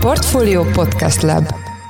Portfolio Podcast Lab.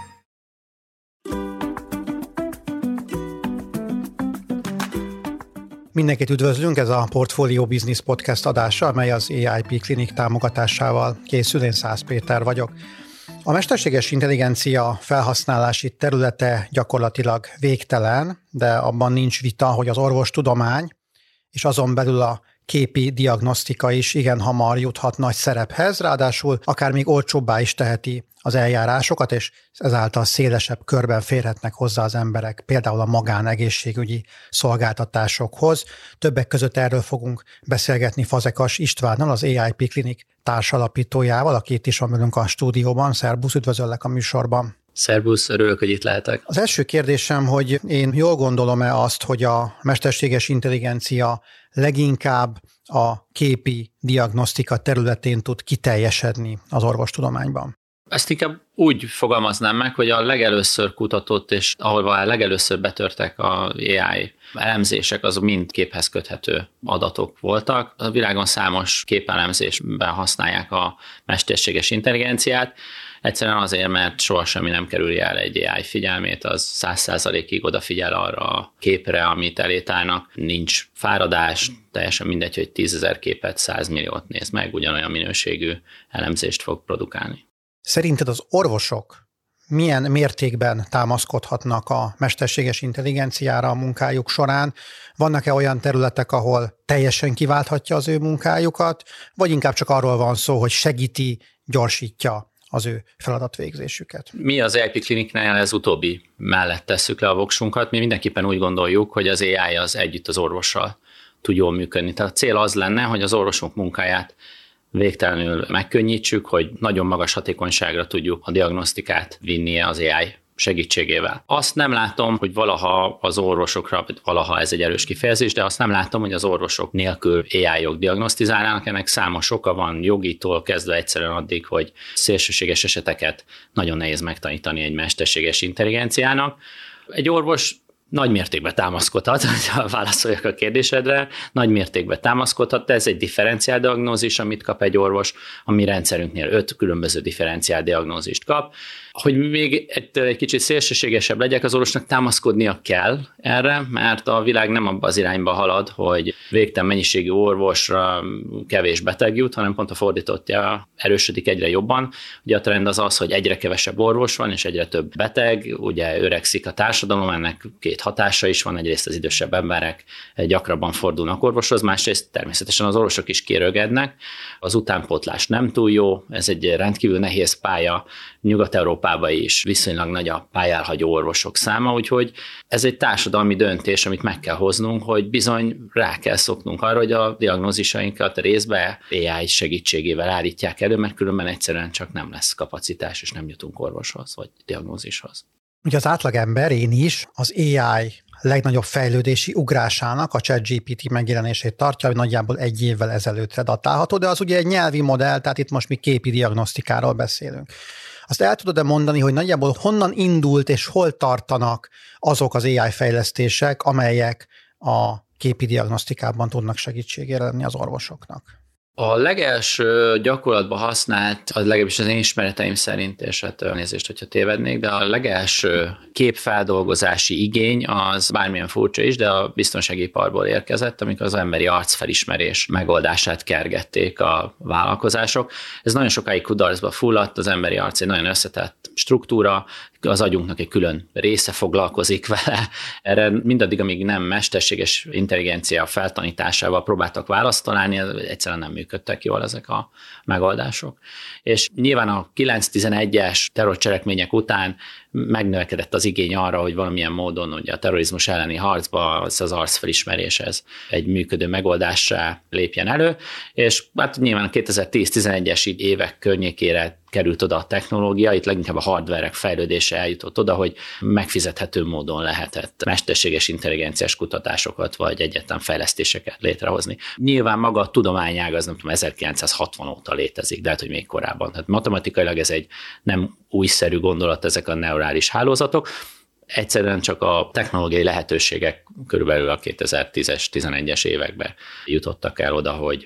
Mindenkit üdvözlünk, ez a Portfolio Business Podcast adása, amely az AIP Clinic támogatásával készül. Én Szász Péter vagyok. A mesterséges intelligencia felhasználási területe gyakorlatilag végtelen, de abban nincs vita, hogy az orvostudomány és azon belül a képi diagnosztika is igen hamar juthat nagy szerephez, ráadásul akár még olcsóbbá is teheti az eljárásokat, és ezáltal szélesebb körben férhetnek hozzá az emberek, például a magánegészségügyi szolgáltatásokhoz. Többek között erről fogunk beszélgetni Fazekas Istvánnal, az AIP Clinic társalapítójával, aki itt is van velünk a stúdióban. Szerbusz, üdvözöllek a műsorban. Szerbusz, örülök, hogy itt lehetek. Az első kérdésem, hogy én jól gondolom-e azt, hogy a mesterséges intelligencia leginkább a képi diagnosztika területén tud kiteljesedni az orvostudományban? Ezt inkább úgy fogalmaznám meg, hogy a legelőször kutatott, és ahol legelőször betörtek a AI elemzések, azok mind képhez köthető adatok voltak. A világon számos képelemzésben használják a mesterséges intelligenciát, egyszerűen azért, mert soha semmi nem kerüli el egy AI figyelmét, az 100%-ig odafigyel arra a képre, amit elétálnak. Nincs fáradás, teljesen mindegy, hogy 10 000 képet 100 milliót néz meg, ugyanolyan minőségű elemzést fog produkálni. Szerinted az orvosok milyen mértékben támaszkodhatnak a mesterséges intelligenciára a munkájuk során? Vannak-e olyan területek, ahol teljesen kiválthatja az ő munkájukat, vagy inkább csak arról van szó, hogy segíti, gyorsítja az ő feladatvégzésüket? Mi az AIP Clinicnél ez utóbbi mellett tesszük le a voksunkat. Mi mindenképpen úgy gondoljuk, hogy az AI az együtt az orvossal tud jól működni. Tehát a cél az lenne, hogy az orvosok munkáját végtelenül megkönnyítsük, hogy nagyon magas hatékonyságra tudjuk a diagnosztikát vinnie az AI segítségével. Azt nem látom, hogy valaha az orvosokra, valaha ez egy erős kifejezés, de azt nem látom, hogy az orvosok nélkül AI-ok diagnosztizálnának. Ennek számos oka van, jogitól kezdve egyszerűen addig, hogy szélsőséges eseteket nagyon nehéz megtanítani egy mesterséges intelligenciának. Egy orvos nagy mértékben támaszkodhat, ha válaszoljak a kérdésedre, nagy mértékben támaszkodhat, de ez egy differenciál diagnózis, amit kap egy orvos, a mi rendszerünknél 5 különböző differenciál diagnózist kap. Hogy még egy kicsit szélsőségesebb legyek, az orvosnak támaszkodnia kell erre, mert a világ nem abba az irányba halad, hogy végtelen mennyiségű orvosra kevés beteg jut, hanem pont a fordítottja erősödik egyre jobban. Ugye a trend az az, hogy egyre kevesebb orvos van, és egyre több beteg, ugye öregszik a társadalom, ennek két hatása is van, egyrészt az idősebb emberek gyakrabban fordulnak orvoshoz, másrészt természetesen az orvosok is kérőgednek, az utánpótlás nem túl jó, ez egy rendkívül nehéz pálya, Nyugat-Európában is viszonylag nagy a pályálhagyó orvosok száma, úgyhogy ez egy társadalmi döntés, amit meg kell hoznunk, hogy bizony rá kell szoknunk arra, hogy a diagnózisainkat részbe AI segítségével állítják elő, mert különben egyszerűen csak nem lesz kapacitás, és nem jutunk orvoshoz, vagy diagnózishoz. Ugye az átlagember, én is, az AI legnagyobb fejlődési ugrásának a ChatGPT megjelenését tartja, hogy nagyjából 1 évvel ezelőttre datálható, de az ugye egy nyelvi modell, tehát itt most mi képi diagnosztikáról beszélünk. Azt el tudod-e mondani, hogy nagyjából honnan indult és hol tartanak azok az AI fejlesztések, amelyek a képi diagnosztikában tudnak segítségére lenni az orvosoknak? A legelső gyakorlatban használt, az legalábbis az én ismereteim szerint, és hát elnézést, hogyha tévednék, de a legelső képfeldolgozási igény az bármilyen furcsa is, de a biztonságiparból érkezett, amikor az emberi arcfelismerés megoldását kergették a vállalkozások. Ez nagyon sokáig kudarcba fulladt, az emberi arc egy nagyon összetett struktúra, az agyunknak egy külön része foglalkozik vele. Erre mindaddig, amíg nem mesterséges intelligencia feltanításával próbáltak választ találni, egyszerűen nem működtek jól ezek a megoldások. És nyilván a 9/11-es terrorcselekmények után megnövekedett az igény arra, hogy valamilyen módon ugye a terrorizmus elleni harcba az arcfelismerés ez egy működő megoldásra lépjen elő, és hát nyilván a 2010-11-es évek környékére került oda a technológia, itt leginkább a hardverek fejlődése eljutott oda, hogy megfizethető módon lehetett mesterséges intelligenciás kutatásokat vagy egyetlen fejlesztéseket létrehozni. Nyilván maga a tudományág az nem tudom, 1960 óta létezik, de hát, hogy még korábban. Tehát matematikailag ez egy nem újszerű gondolat, ezek a neurális hálózatok. Egyszerűen csak a technológiai lehetőségek körülbelül a 2010-es, 11-es években jutottak el oda, hogy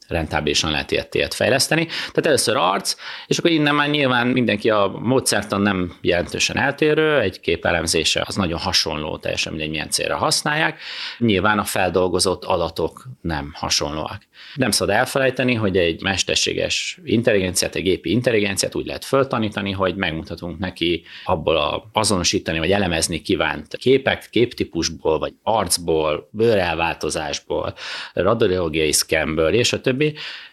rentábilisan lehet ilyet fejleszteni. Tehát először arc, és akkor innen már nyilván mindenki a módszertan nem jelentősen eltérő, egy kép elemzése az nagyon hasonló, teljesen mindegy milyen célra használják. Nyilván a feldolgozott adatok nem hasonlóak. Nem szabad elfelejteni, hogy egy mesterséges intelligenciát, egy gépi intelligenciát úgy lehet föltanítani, hogy megmutatunk neki abból azonosítani, vagy elemezni kívánt képek, képtípusból, vagy arcból, bőrelváltozásból, radiológiai szkennből, és a többi.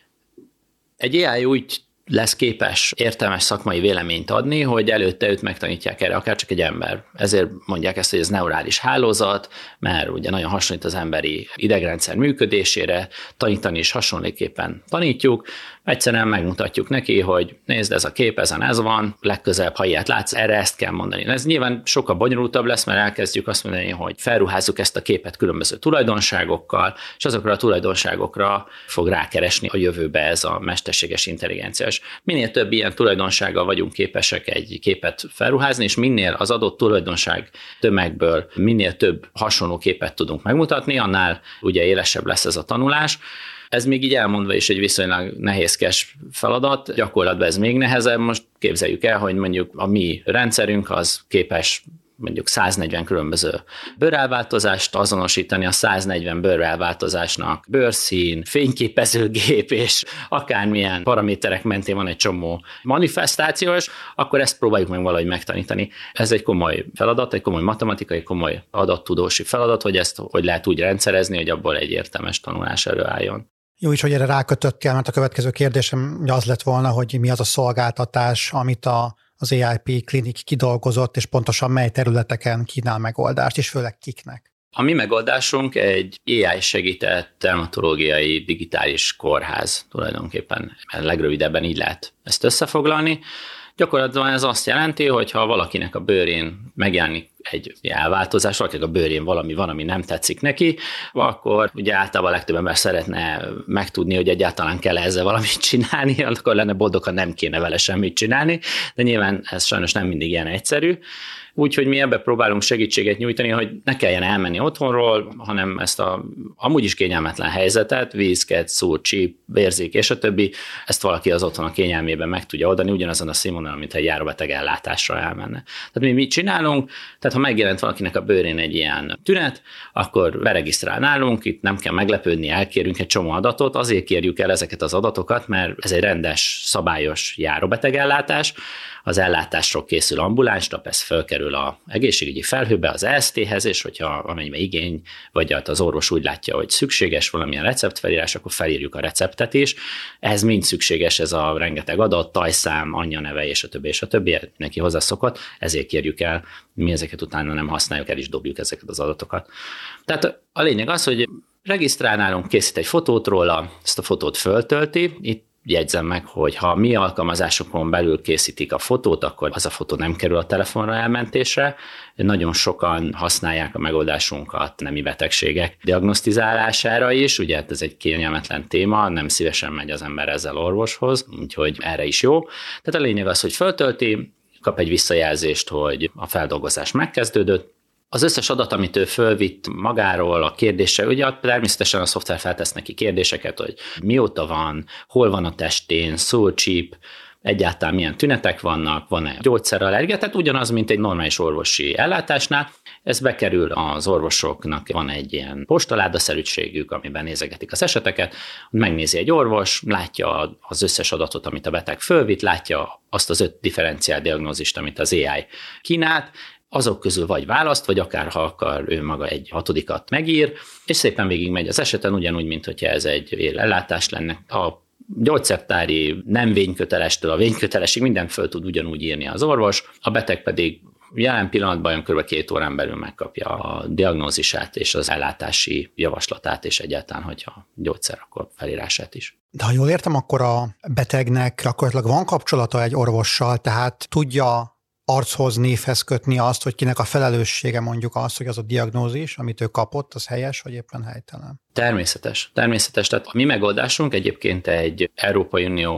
Egy AI úgy lesz képes értelmes szakmai véleményt adni, hogy előtte őt megtanítják erre, akár csak egy ember. Ezért mondják ezt, hogy ez neurális hálózat, mert ugye nagyon hasonlít az emberi idegrendszer működésére, tanítani is hasonlóképpen tanítjuk, egyszerűen megmutatjuk neki, hogy nézd, ez a kép, ezen ez van, legközelebb, ha ilyet látsz, erre ezt kell mondani. Ez nyilván sokkal bonyolultabb lesz, mert elkezdjük azt mondani, hogy felruházzuk ezt a képet különböző tulajdonságokkal, és azokra a tulajdonságokra fog rákeresni a jövőbe ez a mesterséges intelligencia. Minél több ilyen tulajdonsággal vagyunk képesek egy képet felruházni, és minél az adott tulajdonság tömegből minél több hasonló képet tudunk megmutatni, annál ugye élesebb lesz ez a tanulás. Ez még így elmondva is egy viszonylag nehézkes feladat, gyakorlatban ez még nehezebb. Most képzeljük el, hogy mondjuk a mi rendszerünk az képes mondjuk 140 különböző bőrelváltozást azonosítani, a 140 bőrelváltozásnak bőrszín, fényképezőgép és akármilyen paraméterek mentén van egy csomó manifestáció, és akkor ezt próbáljuk meg valahogy megtanítani. Ez egy komoly feladat, egy komoly matematikai, komoly adattudósi feladat, hogy ezt hogy lehet úgy rendszerezni, hogy abból egy értelmes tanulás előálljon. Jó is, hogy erre rákötöttél, mert a következő kérdésem az lett volna, hogy mi az a szolgáltatás, amit az AIP Clinic kidolgozott, és pontosan mely területeken kínál megoldást, és főleg kiknek. A mi megoldásunk egy AI segített dermatológiai digitális kórház tulajdonképpen. Legrövidebben így lehet ezt összefoglalni. Gyakorlatilag ez azt jelenti, hogy ha valakinek a bőrén megjelenik egy elváltozás, valakinek a bőrén valami van, ami nem tetszik neki, akkor ugye általában a legtöbb ember szeretne megtudni, hogy egyáltalán kell ezzel valamit csinálni, akkor lenne boldog, ha nem kéne vele semmit csinálni, de nyilván ez sajnos nem mindig ilyen egyszerű. Úgyhogy mi ebbe próbálunk segítséget nyújtani, hogy ne kelljen elmenni otthonról, hanem ezt a amúgy is kényelmetlen helyzetet, vízked, szúr, csíp, vérzik és a többi, ezt valaki az otthon a kényelmében meg tudja oldani, ugyanazon a színvonalon, mint egy járóbeteg ellátásra elmenne. Tehát mi mit csinálunk? Tehát ha megjelent valakinek a bőrén egy ilyen tünet, akkor beregisztrál nálunk, itt nem kell meglepődni, elkérünk egy csomó adatot, azért kérjük el ezeket az adatokat, mert ez egy rendes, szabályos járóbeteg ellátás, az ellátásról készül ambulánsnap, ez fölkerül az egészségügyi felhőbe, az EST-hez, és hogyha amennyiben igény, vagy az orvos úgy látja, hogy szükséges valamilyen receptfelírás, akkor felírjuk a receptet is. Ez mind szükséges, ez a rengeteg adat, tajszám, anyjaneve, és a többi, neki hozzászokott, ezért kérjük el, mi ezeket utána nem használjuk, el is dobjuk ezeket az adatokat. Tehát a lényeg az, hogy regisztrálnálunk, készít egy fotót róla, ezt a fotót föltölti, itt jegyzem meg, hogy ha mi alkalmazásokon belül készítik a fotót, akkor az a fotó nem kerül a telefonra elmentésre. Nagyon sokan használják a megoldásunkat nemi betegségek diagnosztizálására is, ugye ez egy kényelmetlen téma, nem szívesen megy az ember ezzel orvoshoz, úgyhogy erre is jó. Tehát a lényeg az, hogy föltölti, kap egy visszajelzést, hogy a feldolgozás megkezdődött. Az összes adat, amit ő fölvitt magáról, a kérdése, ugye természetesen a szoftver feltesz neki kérdéseket, hogy mióta van, hol van a testén, szúrcsíp, egyáltalán milyen tünetek vannak, van-e gyógyszerallergia, tehát ugyanaz, mint egy normális orvosi ellátásnál. Ez bekerül az orvosoknak, van egy ilyen postaládaszerűségük, amiben nézegetik az eseteket, megnézi egy orvos, látja az összes adatot, amit a beteg fölvitt, látja azt az 5 differenciált diagnózist, amit az AI kínált, azok közül vagy választ, vagy akár ha akar, ő maga egy 6-at megír, és szépen végigmegy az eseten, ugyanúgy, mint hogyha ez egy ellátás lenne. A gyógyszertári nem vénykötelestől a vénykötelesig mindent föl tud ugyanúgy írni az orvos, a beteg pedig jelen pillanatban kb. 2 órán belül megkapja a diagnózisát és az ellátási javaslatát, és egyáltalán, hogyha gyógyszer, akkor felírását is. De ha jól értem, akkor a betegnek gyakorlatilag van kapcsolata egy orvossal, tehát tudja archoz, névhez kötni azt, hogy kinek a felelőssége mondjuk az, hogy az a diagnózis, amit ő kapott, az helyes, vagy éppen helytelen? Természetes. Tehát a mi megoldásunk egyébként egy Európai Uniós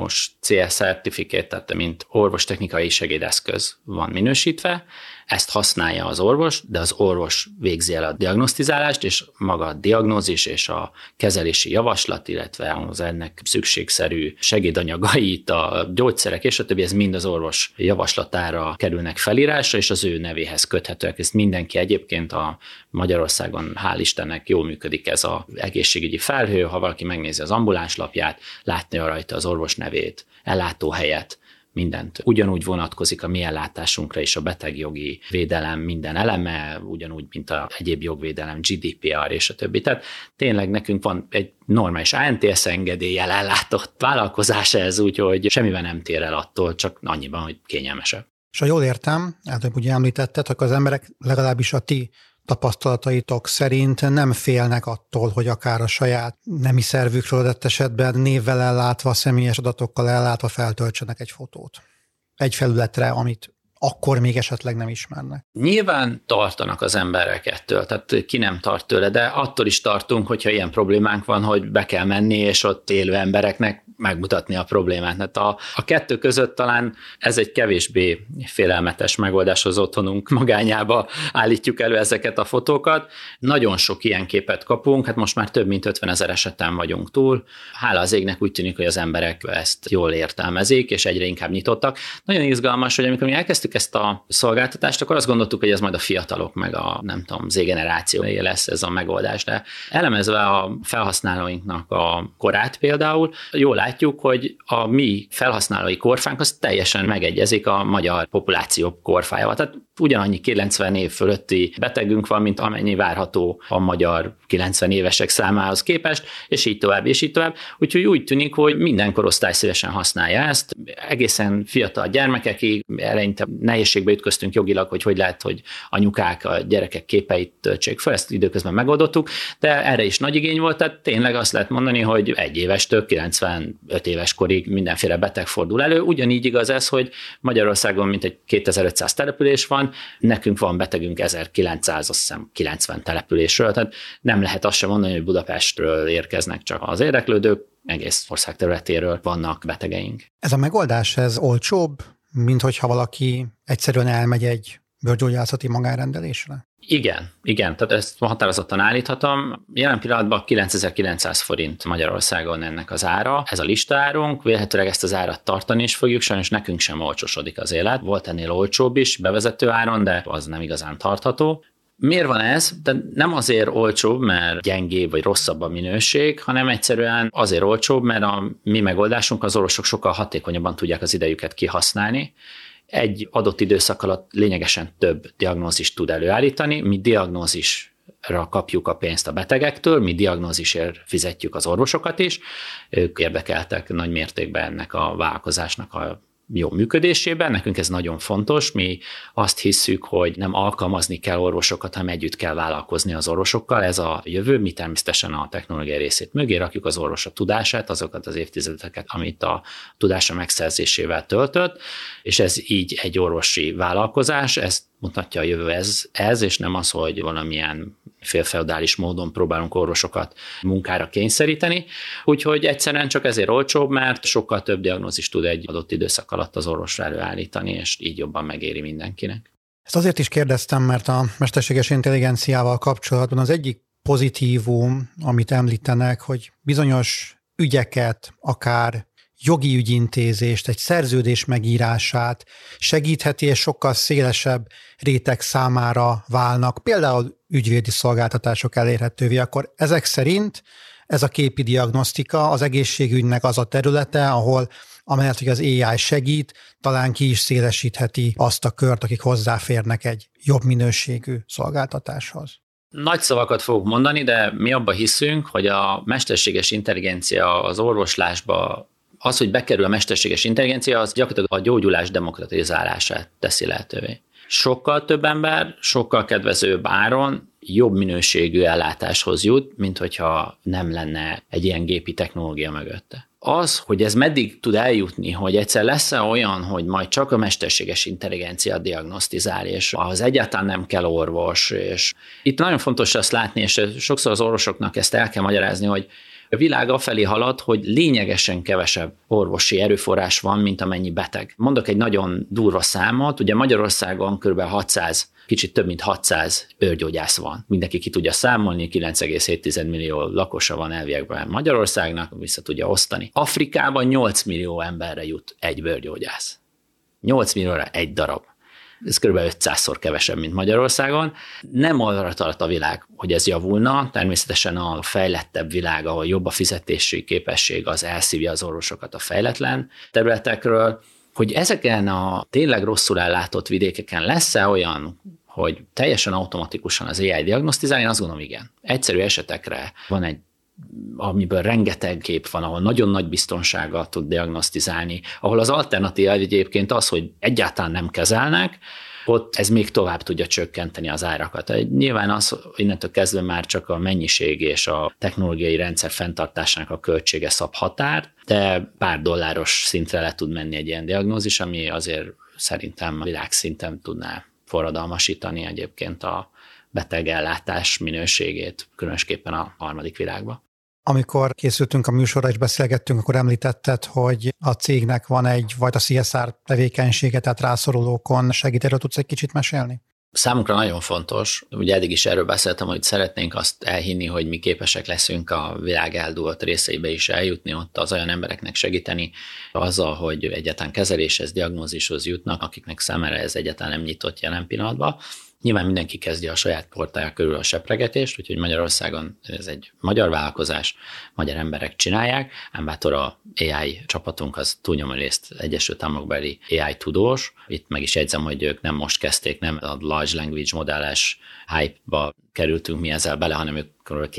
CE certificate, tehát mint orvostechnikai segédeszköz van minősítve, ezt használja az orvos, de az orvos végzi el a diagnosztizálást, és maga a diagnózis és a kezelési javaslat, illetve az ennek szükségszerű segédanyagait, a gyógyszerek és a többi, ez mind az orvos javaslatára kerülnek felírásra, és az ő nevéhez köthetőek. Ez mindenki egyébként a Magyarországon, hál' Istennek jól működik ez az egészségügyi felhő, ha valaki megnézi az ambuláns lapját, látja rajta az orvos nevét, ellátóhelyet, mindent. Ugyanúgy vonatkozik a mi ellátásunkra is a betegjogi védelem minden eleme, ugyanúgy, mint a egyéb jogvédelem, GDPR és a többi. Tehát tényleg nekünk van egy normális ANTS engedéllyel ellátott vállalkozás ez, úgyhogy semmiben nem tér el attól, csak annyiban, hogy kényelmesebb. És ha jól értem, előbb ugye említetted, hogy az emberek legalábbis a ti tapasztalataitok szerint nem félnek attól, hogy akár a saját nemi szervükről adott esetben névvel ellátva, személyes adatokkal ellátva feltöltsenek egy fotót egy felületre, amit akkor még esetleg nem ismernek. Nyilván tartanak az emberek ettől, tehát ki nem tart tőle, de attól is tartunk, hogyha ilyen problémánk van, hogy be kell menni, és ott élő embereknek megmutatni a problémát. Hát a kettő között talán ez egy kevésbé félelmetes megoldás, az otthonunk magányába állítjuk elő ezeket a fotókat. Nagyon sok ilyen képet kapunk, hát most már több mint 50 000 eseten vagyunk túl. Hála az égnek úgy tűnik, hogy az emberek ezt jól értelmezik, és egyre inkább nyitottak. Nagyon izgalmas, hogy amikor mi elkezdtük ezt a szolgáltatást, akkor azt gondoltuk, hogy ez majd a fiatalok, meg a nem tudom, Z-generációja lesz ez a megoldás, de elemezve a felhasználóinknak a korát például, jól látjuk, hogy a mi felhasználói korfánk az teljesen megegyezik a magyar populáció korfájával. Tehát ugyanannyi 90 év fölötti betegünk van, mint amennyi várható a magyar 90 évesek számához képest, és így tovább, és így tovább. Úgyhogy úgy tűnik, hogy minden korosztály szívesen használja ezt, egészen fiatal gyermekekig, eleinte nehézségbe ütköztünk jogilag, hogy lehet, hogy anyukák a gyerekek képeit töltsék fel, ezt időközben megoldottuk, de erre is nagy igény volt, tehát tényleg azt lehet mondani, hogy 1 évestől 95 éves korig mindenféle beteg fordul elő. Ugyanígy igaz ez, hogy Magyarországon mintegy 2500 település van, nekünk van betegünk 1990 településről, tehát nem lehet azt sem mondani, hogy Budapestről érkeznek csak az érdeklődők, egész ország területéről vannak betegeink. Ez a megoldás, ez olcsóbb, mint hogyha valaki egyszerűen elmegy egy bőrgyógyászati magánrendelésre? Igen, tehát ezt határozottan állíthatom. Jelen pillanatban 9900 forint Magyarországon ennek az ára. Ez a listaárunk, vélhetőleg ezt az árat tartani is fogjuk, sajnos nekünk sem olcsósodik az élet. Volt ennél olcsóbb is bevezető áron, de az nem igazán tartható. Miért van ez? De nem azért olcsóbb, mert gyengébb vagy rosszabb a minőség, hanem egyszerűen azért olcsóbb, mert a mi megoldásunk, az orvosok sokkal hatékonyabban tudják az idejüket kihasználni. Egy adott időszak alatt lényegesen több diagnózist tud előállítani, mi diagnózisra kapjuk a pénzt a betegektől, mi diagnózisért fizetjük az orvosokat is, ők érdekeltek nagy mértékben ennek a vállalkozásnak a jó működésében, nekünk ez nagyon fontos, mi azt hisszük, hogy nem alkalmazni kell orvosokat, hanem együtt kell vállalkozni az orvosokkal, ez a jövő, mi természetesen a technológiai részét mögé rakjuk az orvos a tudását, azokat az évtizedeket, amit a tudása megszerzésével töltött, és ez így egy orvosi vállalkozás, ezt mutatja a jövő ez, és nem az, hogy valamilyen félfeudális módon próbálunk orvosokat munkára kényszeríteni, úgyhogy egyszerűen csak ezért olcsóbb, mert sokkal több diagnózist tud egy adott időszak alatt az orvosra előállítani, és így jobban megéri mindenkinek. Ezt azért is kérdeztem, mert a mesterséges intelligenciával kapcsolatban az egyik pozitívum, amit említenek, hogy bizonyos ügyeket, akár jogi ügyintézést, egy szerződés megírását segítheti, és sokkal szélesebb réteg számára válnak, például ügyvédi szolgáltatások elérhetővé, akkor ezek szerint ez a képi diagnosztika az egészségügynek az a területe, ahol amellett, hogy az AI segít, talán ki is szélesítheti azt a kört, akik hozzáférnek egy jobb minőségű szolgáltatáshoz. Nagy szavakat fogok mondani, de mi abban hiszünk, hogy a mesterséges intelligencia az orvoslásba, az, hogy bekerül a mesterséges intelligencia, az gyakorlatilag a gyógyulás demokratizálását teszi lehetővé. Sokkal több ember, sokkal kedvezőbb áron jobb minőségű ellátáshoz jut, mint hogyha nem lenne egy ilyen gépi technológia mögötte. Az, hogy ez meddig tud eljutni, hogy egyszer lesz-e olyan, hogy majd csak a mesterséges intelligencia diagnosztizál, és az egyáltalán nem kell orvos, és itt nagyon fontos azt látni, és sokszor az orvosoknak ezt el kell magyarázni, hogy A világ afelé halad, hogy lényegesen kevesebb orvosi erőforrás van, mint amennyi beteg. Mondok egy nagyon durva számot, ugye Magyarországon kb. 600, kicsit több mint 600 bőrgyógyász van. Mindenki ki tudja számolni, 9,7 millió lakosa van elviekben Magyarországnak, vissza tudja osztani. Afrikában 8 millió emberre jut egy bőrgyógyász. 8 millióra egy darab. Ez kb. 500-szor kevesebb, mint Magyarországon. Nem arra tart a világ, hogy ez javulna. Természetesen a fejlettebb világ, ahol jobb a fizetési képesség, az elszívja az orvosokat a fejletlen területekről. Hogy ezeken a tényleg rosszul ellátott vidékeken lesz-e olyan, hogy teljesen automatikusan az AI diagnosztizál? Én azt gondolom, igen. Egyszerű esetekre van egy, amiből rengeteg kép van, ahol nagyon nagy biztonsággal tud diagnosztizálni, ahol az alternatíva egyébként az, hogy egyáltalán nem kezelnek, ott ez még tovább tudja csökkenteni az árakat. Nyilván az, innentől kezdve már csak a mennyiség és a technológiai rendszer fenntartásának a költsége szab határt, de pár dolláros szintre le tud menni egy ilyen diagnózis, ami azért szerintem világszinten tudná forradalmasítani egyébként a betegellátás minőségét, különösképpen a harmadik világban. Amikor készültünk a műsorra és beszélgettünk, akkor említetted, hogy a cégnek van egyfajta CSR tevékenysége, tehát rászorulókon segít. Erről tudsz egy kicsit mesélni? Számunkra nagyon fontos. Ugye eddig is erről beszéltem, hogy szeretnénk azt elhinni, hogy mi képesek leszünk a világ eldugott részeibe is eljutni, ott az olyan embereknek segíteni azzal, hogy egyáltalán kezeléshez, diagnózishoz jutnak, akiknek számára ez egyáltalán nem nyitott jelen pillanatban. Nyilván mindenki kezdje a saját portálja körül a sepregetést, úgyhogy Magyarországon ez egy magyar vállalkozás, magyar emberek csinálják, ám bátor a AI csapatunk az túlnyomó részt Egyesült Államokbeli AI tudós. Itt meg is jegyzem, hogy ők nem most kezdték, nem a large language modelles hype-ba kerültünk mi ezzel bele, hanem ők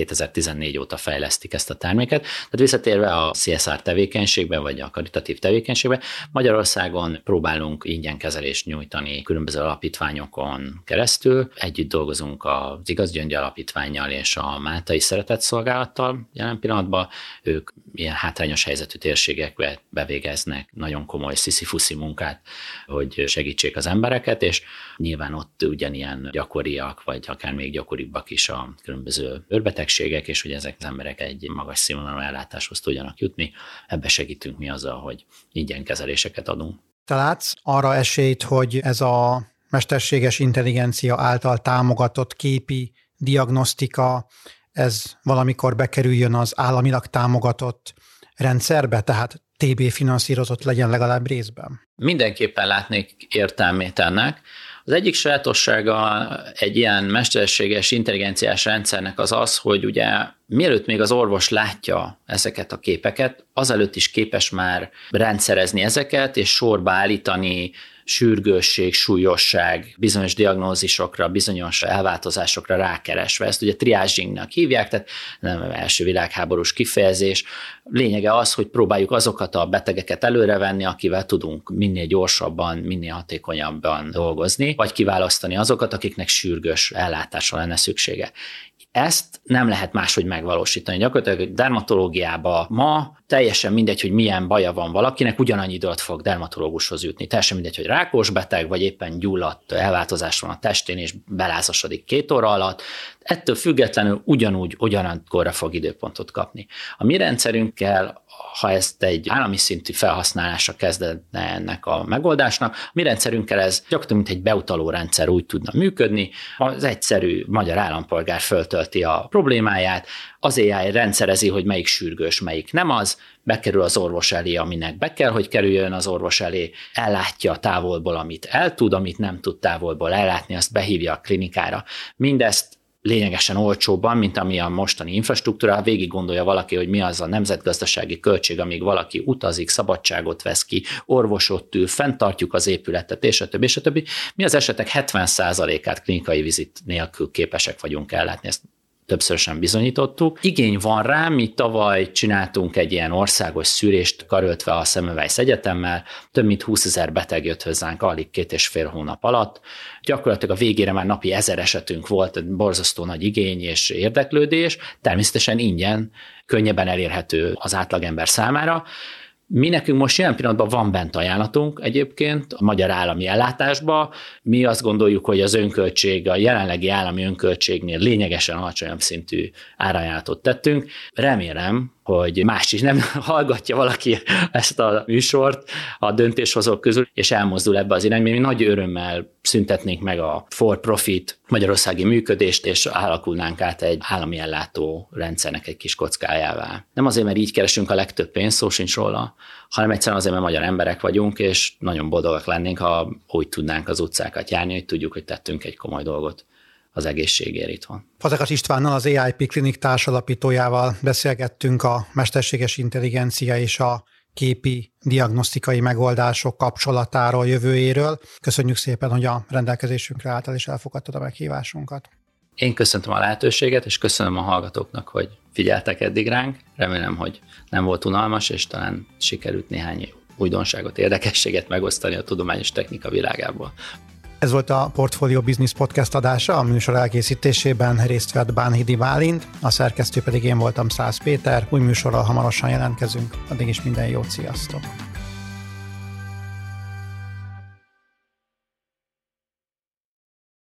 2014 óta fejlesztik ezt a terméket. Tehát visszatérve a CSR tevékenységbe, vagy a karitatív tevékenységbe, Magyarországon próbálunk ingyen kezelést nyújtani különböző alapítványokon keresztül. Együtt dolgozunk az Igaz Gyöngyi Alapítvánnyal és a Máltai Szeretetszolgálattal jelen pillanatban. Ők ilyen hátrányos helyzetű térségekbe bevégeznek nagyon komoly sziszi-fuszi munkát, hogy segítsék az embereket, és nyilván ott ugyanilyen gyakoriak, vagy akár még gyakoribbak is a különböző bőrbetegségek, és hogy ezek az emberek egy magas színvonalú ellátáshoz tudjanak jutni. Ebbe segítünk mi azzal, hogy ingyen kezeléseket adunk. Te látsz arra esélyt, hogy ez a mesterséges intelligencia által támogatott képi diagnosztika, ez valamikor bekerüljön az államilag támogatott rendszerbe, tehát TB finanszírozott legyen legalább részben? Mindenképpen látnék értelmét ennek. Az egyik sajátossága egy ilyen mesterséges intelligenciás rendszernek az az, hogy ugye mielőtt még az orvos látja ezeket a képeket, azelőtt is képes már rendszerezni ezeket, és sorba állítani sürgősség, súlyosság, bizonyos diagnózisokra, bizonyos elváltozásokra rákeresve. Ezt ugye triagingnak hívják, tehát nem első világháborús kifejezés. Lényege az, hogy próbáljuk azokat a betegeket előrevenni, akivel tudunk minél gyorsabban, minél hatékonyabban dolgozni, vagy kiválasztani azokat, akiknek sürgős ellátásra lenne szüksége. Ezt nem lehet máshogy megvalósítani. Gyakorlatilag dermatológiában ma teljesen mindegy, hogy milyen baja van valakinek, ugyanannyi időt fog dermatológushoz jutni. Teljesen mindegy, hogy rákos beteg, vagy éppen gyulladt elváltozás van a testén, és belázasodik 2 óra alatt. Ettől függetlenül ugyanakkorra fog időpontot kapni. A mi rendszerünkkel, ha ezt egy állami szintű felhasználásra kezdene ennek a megoldásnak, a mi rendszerünkkel ez gyakorlatilag mint egy beutaló rendszer úgy tudna működni. Az egyszerű magyar állampolgár föltölti a problémáját, az AI rendszerezi, hogy melyik sürgős, melyik nem az, bekerül az orvos elé, aminek be kell, hogy kerüljön az orvos elé, ellátja távolból, amit el tud, amit nem tud távolból ellátni, azt behívja a klinikára. Mindezt lényegesen olcsóbban, mint ami a mostani infrastruktúra, végig gondolja valaki, hogy mi az a nemzetgazdasági költség, amíg valaki utazik, szabadságot vesz ki, orvosot ül, fenntartjuk az épületet, és a többi, és a többi. Mi az esetek 70%-át klinikai vizit nélkül képesek vagyunk ellátni, ezt többszörösen bizonyítottuk. Igény van rá, mi tavaly csináltunk egy ilyen országos szűrést karöltve a Semmelweis Egyetemmel, több mint 20 000 beteg jött hozzánk alig 2,5 hónap alatt. Gyakorlatilag a végére már napi 1000 esetünk volt, borzasztó nagy igény és érdeklődés, természetesen ingyen, könnyebben elérhető az átlagember számára. Mi nekünk most jelen pillanatban van bent ajánlatunk egyébként a magyar állami ellátásba. Mi azt gondoljuk, hogy az önköltség, a jelenlegi állami önköltségnél lényegesen alacsonyabb szintű árajánlatot tettünk. Remélem, hogy más is nem hallgatja valaki ezt a műsort a döntéshozók közül, és elmozdul ebbe az irányba. Mi nagy örömmel szüntetnénk meg a for-profit magyarországi működést, és alakulnánk át egy állami ellátó rendszernek egy kis kockájává. Nem azért, mert így keresünk a legtöbb pénzt, szó sincs róla, hanem egyszerűen azért, mert magyar emberek vagyunk, és nagyon boldogak lennénk, ha úgy tudnánk az utcákat járni, hogy tudjuk, hogy tettünk egy komoly dolgot az egészségért itthon. Fazekas Istvánnal, az AIP Clinic társalapítójával beszélgettünk a mesterséges intelligencia és a képi diagnosztikai megoldások kapcsolatáról, jövőjéről. Köszönjük szépen, hogy a rendelkezésünkre álltál és elfogadtad a meghívásunkat. Én köszöntöm a lehetőséget, és köszönöm a hallgatóknak, hogy figyeltek eddig ránk. Remélem, hogy nem volt unalmas, és talán sikerült néhány újdonságot, érdekességet megosztani a tudományos technika világából. Ez volt a Portfolio Business Podcast adása, a műsor elkészítésében részt vett Bánhidi Bálint, a szerkesztő pedig én voltam, Szász Péter. Új műsorral hamarosan jelentkezünk, addig is minden jót, sziasztok!